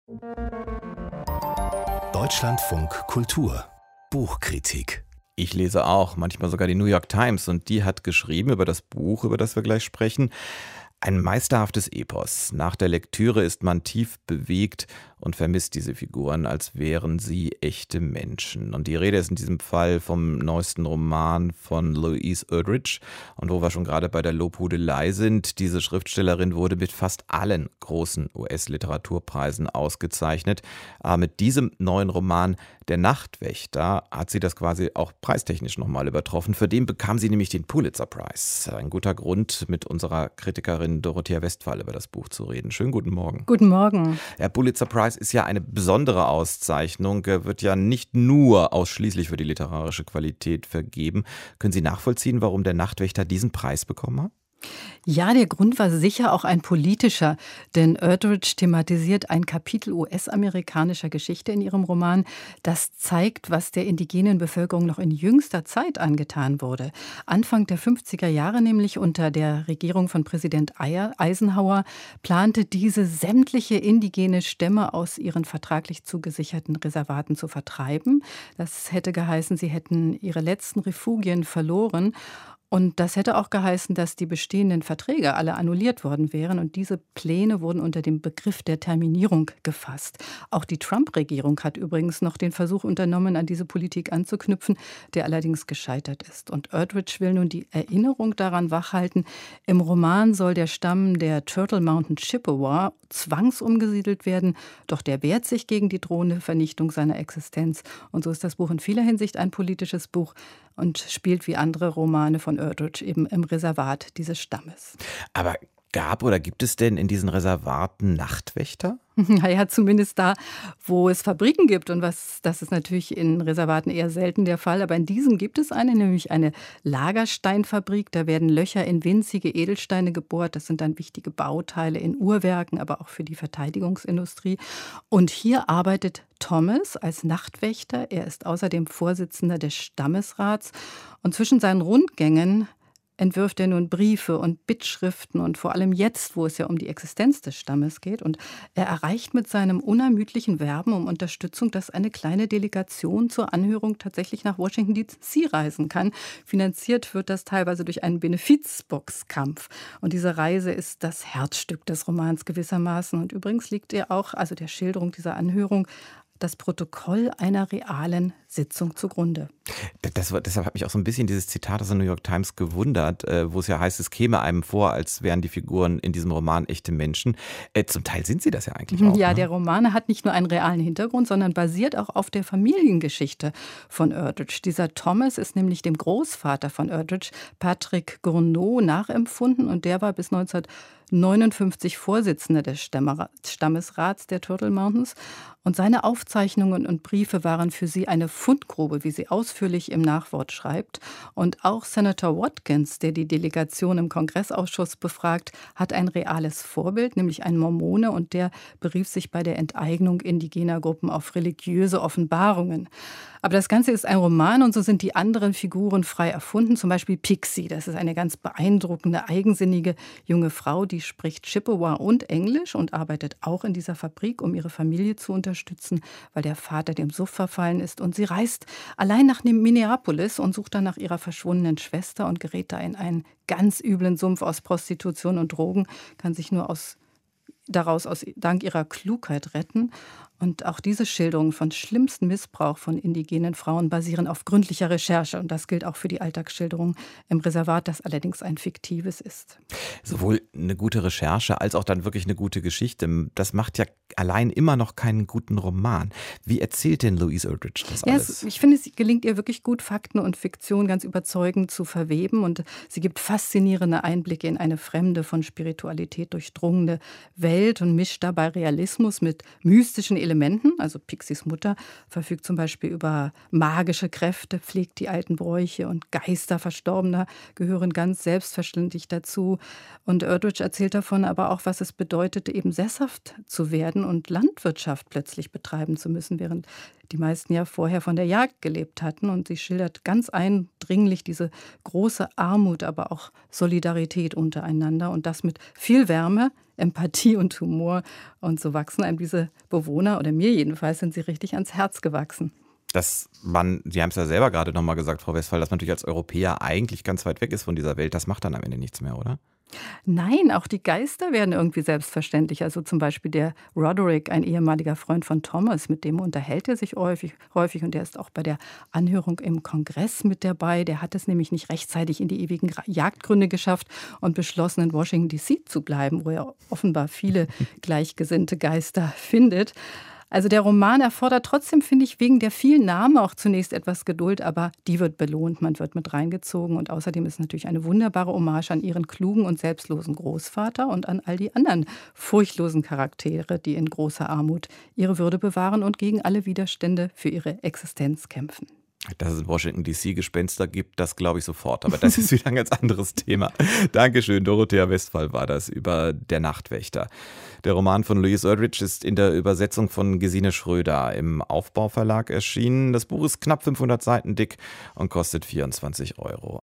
Deutschlandfunk Kultur Buchkritik. Ich lese auch, manchmal sogar die New York Times, und die hat geschrieben über das Buch, über das wir gleich sprechen. Ein meisterhaftes Epos. Nach der Lektüre ist man tief bewegt und vermisst diese Figuren, als wären sie echte Menschen. Und die Rede ist in diesem Fall vom neuesten Roman von Louise Erdrich. Und wo wir schon gerade bei der Lobhudelei sind, diese Schriftstellerin wurde mit fast allen großen US-Literaturpreisen ausgezeichnet. Aber mit diesem neuen Roman Der Nachtwächter hat sie das quasi auch preistechnisch nochmal übertroffen. Für den bekam sie nämlich den Pulitzer-Preis. Ein guter Grund, mit unserer Kritikerin Dorothea Westphal über das Buch zu reden. Schönen guten Morgen. Guten Morgen. Der Pulitzer-Preis ist ja eine besondere Auszeichnung. Er wird ja nicht nur ausschließlich für die literarische Qualität vergeben. Können Sie nachvollziehen, warum Der Nachtwächter diesen Preis bekommen hat? Ja, der Grund war sicher auch ein politischer, denn Erdrich thematisiert ein Kapitel US-amerikanischer Geschichte in ihrem Roman, das zeigt, was der indigenen Bevölkerung noch in jüngster Zeit angetan wurde. Anfang der 50er Jahre, nämlich unter der Regierung von Präsident Eisenhower, plante diese sämtliche indigene Stämme aus ihren vertraglich zugesicherten Reservaten zu vertreiben. Das hätte geheißen, sie hätten ihre letzten Refugien verloren. Und das hätte auch geheißen, dass die bestehenden Verträge alle annulliert worden wären. Und diese Pläne wurden unter dem Begriff der Terminierung gefasst. Auch die Trump-Regierung hat übrigens noch den Versuch unternommen, an diese Politik anzuknüpfen, der allerdings gescheitert ist. Und Erdrich will nun die Erinnerung daran wachhalten. Im Roman soll der Stamm der Turtle Mountain Chippewa zwangsumgesiedelt werden. Doch der wehrt sich gegen die drohende Vernichtung seiner Existenz. Und so ist das Buch in vieler Hinsicht ein politisches Buch und spielt wie andere Romane von Erdrich eben im Reservat dieses Stammes. Aber gab oder gibt es denn in diesen Reservaten Nachtwächter? Naja, zumindest da, wo es Fabriken gibt. Und das ist natürlich in Reservaten eher selten der Fall. Aber in diesem gibt es eine, nämlich eine Lagersteinfabrik. Da werden Löcher in winzige Edelsteine gebohrt. Das sind dann wichtige Bauteile in Uhrwerken, aber auch für die Verteidigungsindustrie. Und hier arbeitet Thomas als Nachtwächter. Er ist außerdem Vorsitzender des Stammesrats. Und zwischen seinen Rundgängen entwirft er nun Briefe und Bittschriften und vor allem jetzt, wo es ja um die Existenz des Stammes geht. Und er erreicht mit seinem unermüdlichen Werben um Unterstützung, dass eine kleine Delegation zur Anhörung tatsächlich nach Washington D.C. reisen kann. Finanziert wird das teilweise durch einen Benefizboxkampf. Und diese Reise ist das Herzstück des Romans gewissermaßen. Und übrigens liegt er auch, also der Schilderung dieser Anhörung, das Protokoll einer realen Sitzung zugrunde. Deshalb hat mich auch so ein bisschen dieses Zitat aus der New York Times gewundert, wo es ja heißt, es käme einem vor, als wären die Figuren in diesem Roman echte Menschen. Zum Teil sind sie das ja eigentlich auch. Ja, ne? der Roman hat nicht nur einen realen Hintergrund, sondern basiert auch auf der Familiengeschichte von Erdrich. Dieser Thomas ist nämlich dem Großvater von Erdrich, Patrick Gourneau, nachempfunden und der war bis 1959 Vorsitzender des Stammesrats der Turtle Mountains. Und seine Aufzeichnungen und Briefe waren für sie eine Fundgrube, wie sie ausführlich im Nachwort schreibt. Und auch Senator Watkins, der die Delegation im Kongressausschuss befragt, hat ein reales Vorbild, nämlich ein Mormone. Und der berief sich bei der Enteignung indigener Gruppen auf religiöse Offenbarungen. Aber das Ganze ist ein Roman und so sind die anderen Figuren frei erfunden. Zum Beispiel Pixie, das ist eine ganz beeindruckende, eigensinnige junge Frau, die spricht Chippewa und Englisch und arbeitet auch in dieser Fabrik, um ihre Familie zu unterstützen, weil der Vater dem Suff verfallen ist. Und sie reist allein nach Minneapolis und sucht dann nach ihrer verschwundenen Schwester und gerät da in einen ganz üblen Sumpf aus Prostitution und Drogen, kann sich nur dank ihrer Klugheit retten. Und auch diese Schilderungen von schlimmsten Missbrauch von indigenen Frauen basieren auf gründlicher Recherche. Und das gilt auch für die Alltagsschilderung im Reservat, das allerdings ein fiktives ist. Sowohl eine gute Recherche als auch dann wirklich eine gute Geschichte. Das macht ja allein immer noch keinen guten Roman. Wie erzählt denn Louise Erdrich das alles? Ich finde, es gelingt ihr wirklich gut, Fakten und Fiktion ganz überzeugend zu verweben. Und sie gibt faszinierende Einblicke in eine fremde, von Spiritualität durchdrungene Welt und mischt dabei Realismus mit mystischen Elementen. Also Pixies Mutter verfügt zum Beispiel über magische Kräfte, pflegt die alten Bräuche und Geister Verstorbener gehören ganz selbstverständlich dazu. Und Erdrich erzählt davon aber auch, was es bedeutete, eben sesshaft zu werden und Landwirtschaft plötzlich betreiben zu müssen, während die meisten ja vorher von der Jagd gelebt hatten. Und sie schildert ganz eindringlich diese große Armut, aber auch Solidarität untereinander und das mit viel Wärme Empathie und Humor. Und so wachsen einem diese Bewohner, oder mir jedenfalls, sind sie richtig ans Herz gewachsen. Sie haben es ja selber gerade nochmal gesagt, Frau Westphal, dass man natürlich als Europäer eigentlich ganz weit weg ist von dieser Welt. Das macht dann am Ende nichts mehr, oder? Nein, auch die Geister werden irgendwie selbstverständlich. Also zum Beispiel der Roderick, ein ehemaliger Freund von Thomas, mit dem unterhält er sich häufig und der ist auch bei der Anhörung im Kongress mit dabei. Der hat es nämlich nicht rechtzeitig in die ewigen Jagdgründe geschafft und beschlossen, in Washington D.C. zu bleiben, wo er offenbar viele gleichgesinnte Geister findet. Also der Roman erfordert trotzdem, finde ich, wegen der vielen Namen auch zunächst etwas Geduld, aber die wird belohnt, man wird mit reingezogen und außerdem ist es natürlich eine wunderbare Hommage an ihren klugen und selbstlosen Großvater und an all die anderen furchtlosen Charaktere, die in großer Armut ihre Würde bewahren und gegen alle Widerstände für ihre Existenz kämpfen. Dass es in Washington D.C. Gespenster gibt, das glaube ich sofort. Aber das ist wieder ein ganz anderes Thema. Dankeschön, Dorothea Westphal war das über Der Nachtwächter. Der Roman von Louise Erdrich ist in der Übersetzung von Gesine Schröder im Aufbau Verlag erschienen. Das Buch ist knapp 500 Seiten dick und kostet 24 €.